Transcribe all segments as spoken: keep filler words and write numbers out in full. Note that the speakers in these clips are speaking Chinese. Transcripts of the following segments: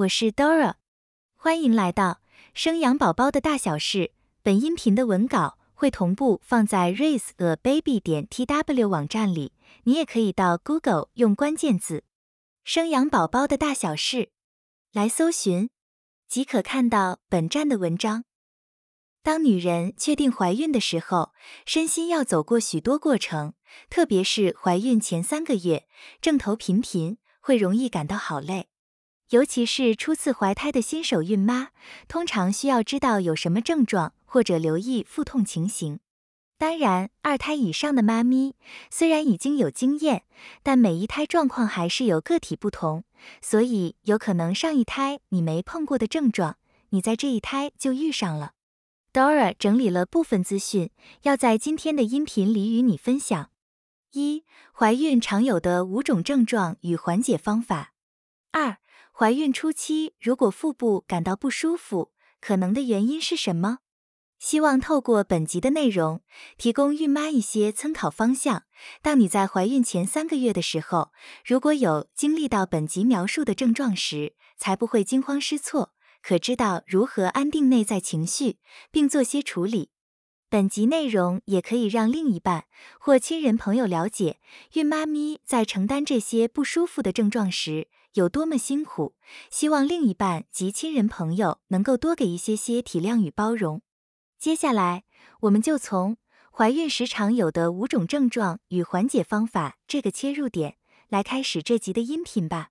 我是 Dora， 欢迎来到生养宝宝的大小事。本音频的文稿会同步放在 raise a baby 点 t w 网站里，你也可以到 Google 用关键字生养宝宝的大小事来搜寻，即可看到本站的文章。当女人确定怀孕的时候，身心要走过许多过程，特别是怀孕前三个月，症头频频，会容易感到好累。尤其是初次怀胎的新手孕妈，通常需要知道有什么症状，或者留意腹痛情形。当然，二胎以上的妈咪虽然已经有经验，但每一胎状况还是有个体不同，所以有可能上一胎你没碰过的症状，你在这一胎就遇上了。Dora 整理了部分资讯，要在今天的音频里与你分享。一、怀孕常有的五种症状与缓解方法。二、怀孕初期如果腹部感到不舒服，可能的原因是什么？希望透过本集的内容，提供孕妈一些参考方向。当你在怀孕前三个月的时候，如果有经历到本集描述的症状时，才不会惊慌失措，可知道如何安定内在情绪，并做些处理。本集内容也可以让另一半或亲人朋友了解，孕妈咪在承担这些不舒服的症状时有多么辛苦，希望另一半及亲人朋友能够多给一些些体谅与包容。接下来，我们就从怀孕时常有的五种症状与缓解方法这个切入点来开始这集的音频吧。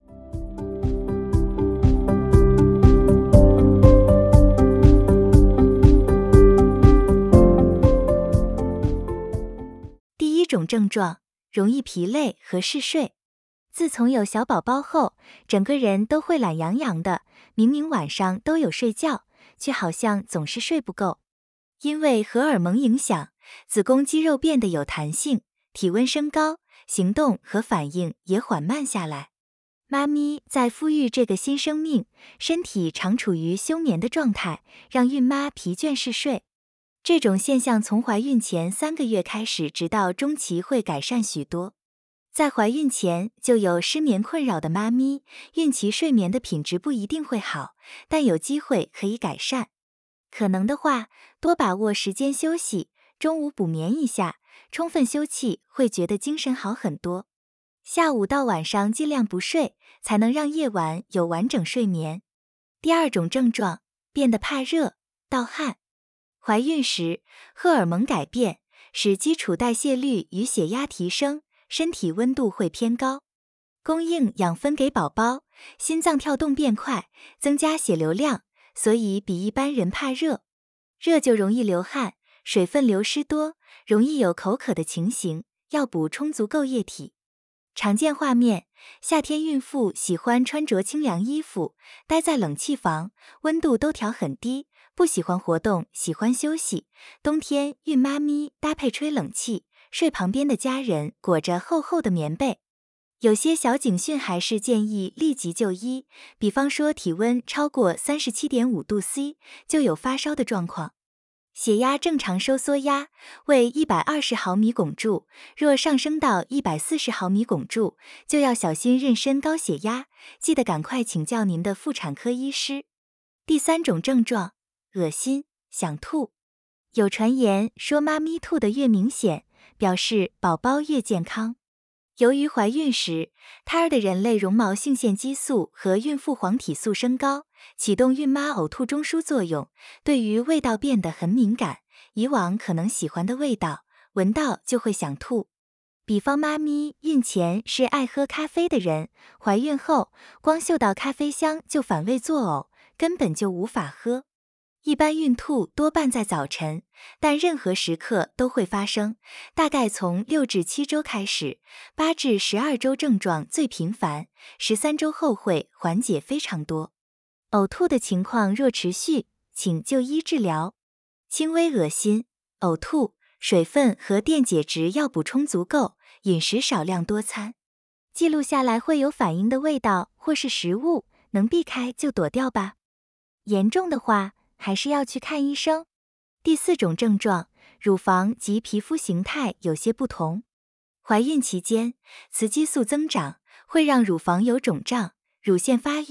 第一种症状，容易疲累和嗜睡。自从有小宝宝后，整个人都会懒洋洋的，明明晚上都有睡觉，却好像总是睡不够。因为荷尔蒙影响，子宫肌肉变得有弹性，体温升高，行动和反应也缓慢下来。妈咪在孵育这个新生命，身体常处于休眠的状态，让孕妈疲倦嗜睡。这种现象从怀孕前三个月开始，直到中期会改善许多。在怀孕前就有失眠困扰的妈咪，孕期睡眠的品质不一定会好，但有机会可以改善。可能的话，多把握时间休息，中午补眠一下，充分休憩会觉得精神好很多。下午到晚上尽量不睡，才能让夜晚有完整睡眠。第二种症状，变得怕热、盗汗。怀孕时，荷尔蒙改变，使基础代谢率与血压提升，身体温度会偏高，供应养分给宝宝，心脏跳动变快，增加血流量，所以比一般人怕热。热就容易流汗，水分流失多，容易有口渴的情形，要补充足够液体。常见画面，夏天孕妇喜欢穿着清凉衣服，待在冷气房，温度都调很低，不喜欢活动，喜欢休息。冬天孕妈咪搭配吹冷气，睡旁边的家人裹着厚厚的棉被。有些小警讯还是建议立即就医，比方说体温超过 三十七点五度 C 就有发烧的状况。血压正常收缩压为一百二十毫米汞柱，若上升到一百四十毫米汞柱，就要小心妊娠高血压，记得赶快请教您的妇产科医师。第三种症状，恶心、想吐。有传言说妈咪吐得越明显，表示宝宝越健康。由于怀孕时，胎儿的人类绒毛性腺激素和孕妇黄体素升高，启动孕妈呕吐中枢作用，对于味道变得很敏感，以往可能喜欢的味道，闻到就会想吐。比方妈咪孕前是爱喝咖啡的人，怀孕后光嗅到咖啡香就反胃作呕，根本就无法喝。一般孕吐多半在早晨，但任何时刻都会发生，大概从六至七周开始，八至十二周症状最频繁，十三周后会缓解非常多。呕吐的情况若持续，请就医治疗。轻微恶心、呕吐，水分和电解质要补充足够，饮食少量多餐。记录下来会有反应的味道或是食物，能避开就躲掉吧。严重的话，还是要去看医生。第四种症状，乳房及皮肤形态有些不同。怀孕期间，雌激素增长会让乳房有肿胀、乳腺发育，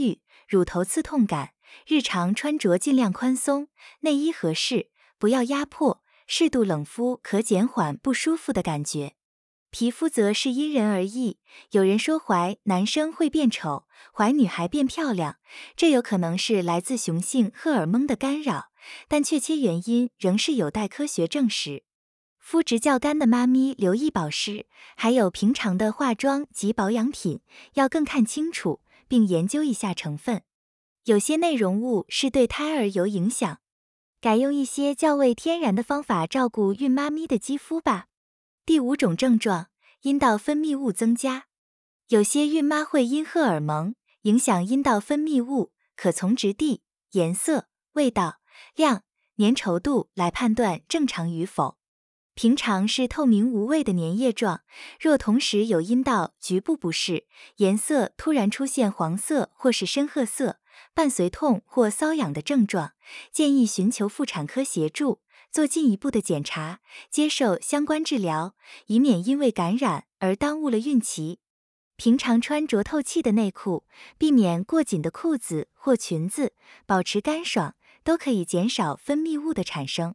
乳头刺痛感，日常穿着尽量宽松，内衣合适，不要压迫，适度冷敷可减缓不舒服的感觉。皮肤则是因人而异，有人说怀男生会变丑，怀女孩变漂亮，这有可能是来自雄性荷尔蒙的干扰，但确切原因仍是有待科学证实。肤质较干的妈咪留意保湿，还有平常的化妆及保养品，要更看清楚，并研究一下成分。有些内容物是对胎儿有影响，改用一些较为天然的方法照顾孕妈咪的肌肤吧。第五种症状，阴道分泌物增加。有些孕妈会因荷尔蒙影响阴道分泌物，可从质地、颜色、味道、量、粘稠度来判断正常与否。平常是透明无味的粘液状，若同时有阴道局部不适，颜色突然出现黄色或是深褐色，伴随痛或瘙痒的症状，建议寻求妇产科协助，做进一步的检查，接受相关治疗，以免因为感染而耽误了孕期。平常穿着透气的内裤，避免过紧的裤子或裙子，保持干爽，都可以减少分泌物的产生。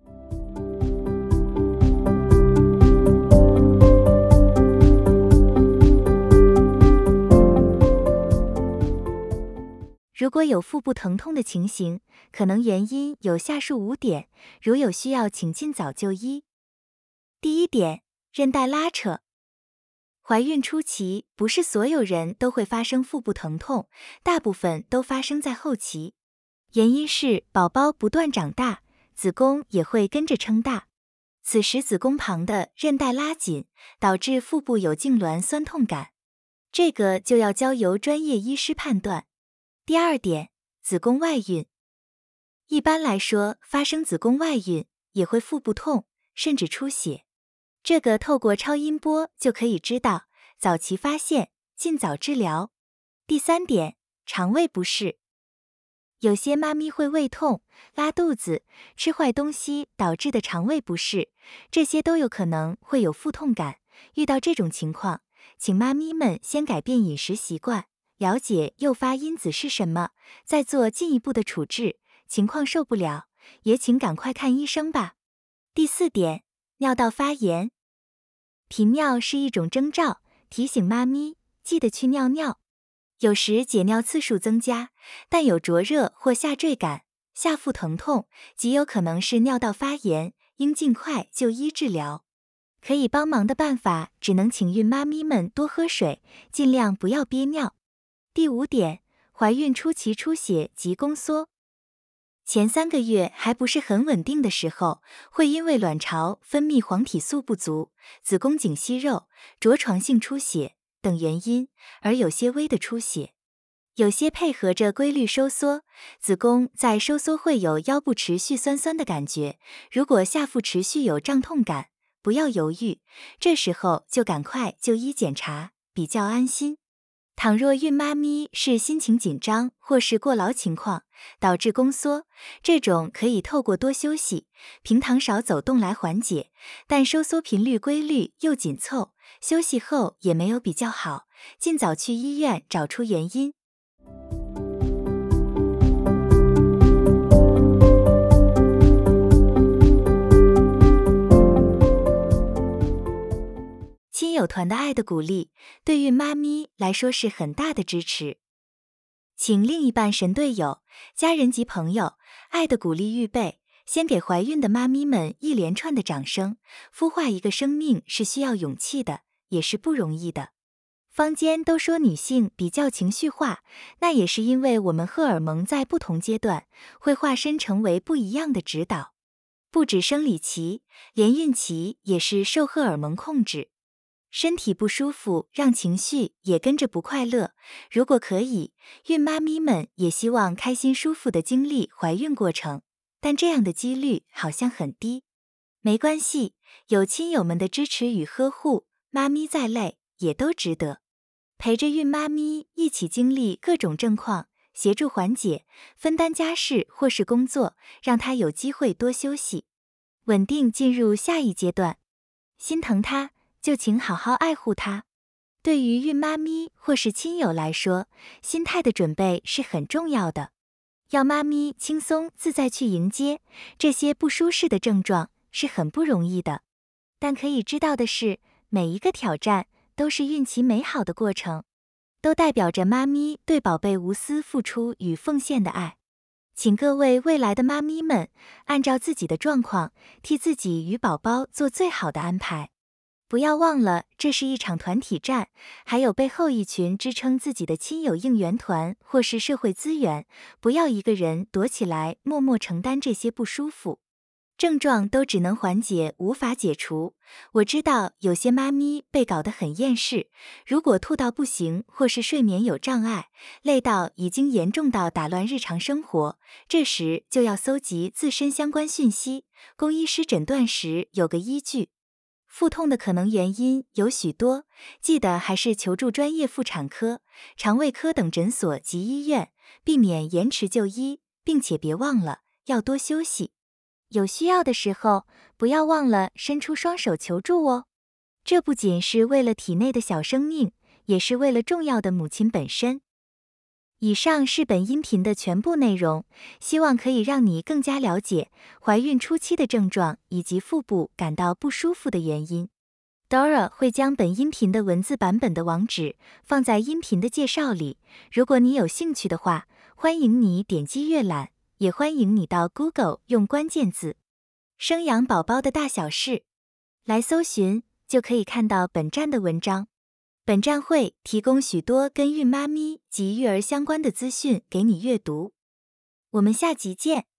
如果有腹部疼痛的情形，可能原因有下述五点，如有需要请尽早就医。第一点，韧带拉扯。怀孕初期，不是所有人都会发生腹部疼痛，大部分都发生在后期。原因是宝宝不断长大，子宫也会跟着撑大，此时子宫旁的韧带拉紧，导致腹部有痉挛酸痛感，这个就要交由专业医师判断。第二点，子宫外孕。一般来说，发生子宫外孕也会腹部痛，甚至出血。这个透过超音波就可以知道，早期发现，尽早治疗。第三点，肠胃不适。有些妈咪会胃痛、拉肚子、吃坏东西导致的肠胃不适，这些都有可能会有腹痛感。遇到这种情况，请妈咪们先改变饮食习惯，了解诱发因子是什么，再做进一步的处置。情况受不了，也请赶快看医生吧。第四点，尿道发炎。频尿是一种征兆，提醒妈咪记得去尿尿。有时解尿次数增加，但有灼热或下坠感、下腹疼痛，极有可能是尿道发炎，应尽快就医治疗。可以帮忙的办法，只能请孕妈咪们多喝水，尽量不要憋尿。第五点，怀孕初期出血及宫缩。前三个月还不是很稳定的时候，会因为卵巢分泌黄体素不足、子宫颈息肉、着床性出血等原因，而有些微的出血。有些配合着规律收缩，子宫在收缩会有腰部持续酸酸的感觉，如果下腹持续有胀痛感，不要犹豫，这时候就赶快就医检查，比较安心。倘若孕妈咪是心情紧张或是过劳情况导致宫缩，这种可以透过多休息、平躺少走动来缓解，但收缩频率规律又紧凑，休息后也没有比较好，尽早去医院找出原因。亲友团的爱的鼓励，对孕妈咪来说是很大的支持。请另一半神队友、家人及朋友，爱的鼓励预备，先给怀孕的妈咪们一连串的掌声。孵化一个生命是需要勇气的，也是不容易的。坊间都说女性比较情绪化，那也是因为我们荷尔蒙在不同阶段会化身成为不一样的指导。不止生理期，连孕期也是受荷尔蒙控制。身体不舒服，让情绪也跟着不快乐。如果可以，孕妈咪们也希望开心舒服的经历怀孕过程，但这样的几率好像很低。没关系，有亲友们的支持与呵护，妈咪再累也都值得。陪着孕妈咪一起经历各种症况，协助缓解，分担家事或是工作，让她有机会多休息，稳定进入下一阶段。心疼她，就请好好爱护她。 对于孕妈咪或是亲友来说，心态的准备是很重要的。要妈咪轻松自在去迎接这些不舒适的症状是很不容易的。但可以知道的是，每一个挑战都是孕期美好的过程，都代表着妈咪对宝贝无私付出与奉献的爱。请各位未来的妈咪们，按照自己的状况，替自己与宝宝做最好的安排。不要忘了，这是一场团体战，还有背后一群支撑自己的亲友应援团或是社会资源，不要一个人躲起来默默承担这些不舒服。症状都只能缓解，无法解除。我知道有些妈咪被搞得很厌世，如果吐到不行，或是睡眠有障碍，累到已经严重到打乱日常生活，这时就要搜集自身相关讯息，供医师诊断时有个依据。腹痛的可能原因有许多，记得还是求助专业妇产科、肠胃科等诊所及医院，避免延迟就医，并且别忘了要多休息。有需要的时候，不要忘了伸出双手求助哦。这不仅是为了体内的小生命，也是为了重要的母亲本身。以上是本音频的全部内容，希望可以让你更加了解怀孕初期的症状以及腹部感到不舒服的原因。Dora 会将本音频的文字版本的网址放在音频的介绍里，如果你有兴趣的话，欢迎你点击阅览。也欢迎你到 Google 用关键字“生养宝宝的大小事”来搜寻，就可以看到本站的文章。本站会提供许多跟孕妈咪及育儿相关的资讯给你阅读。我们下集见。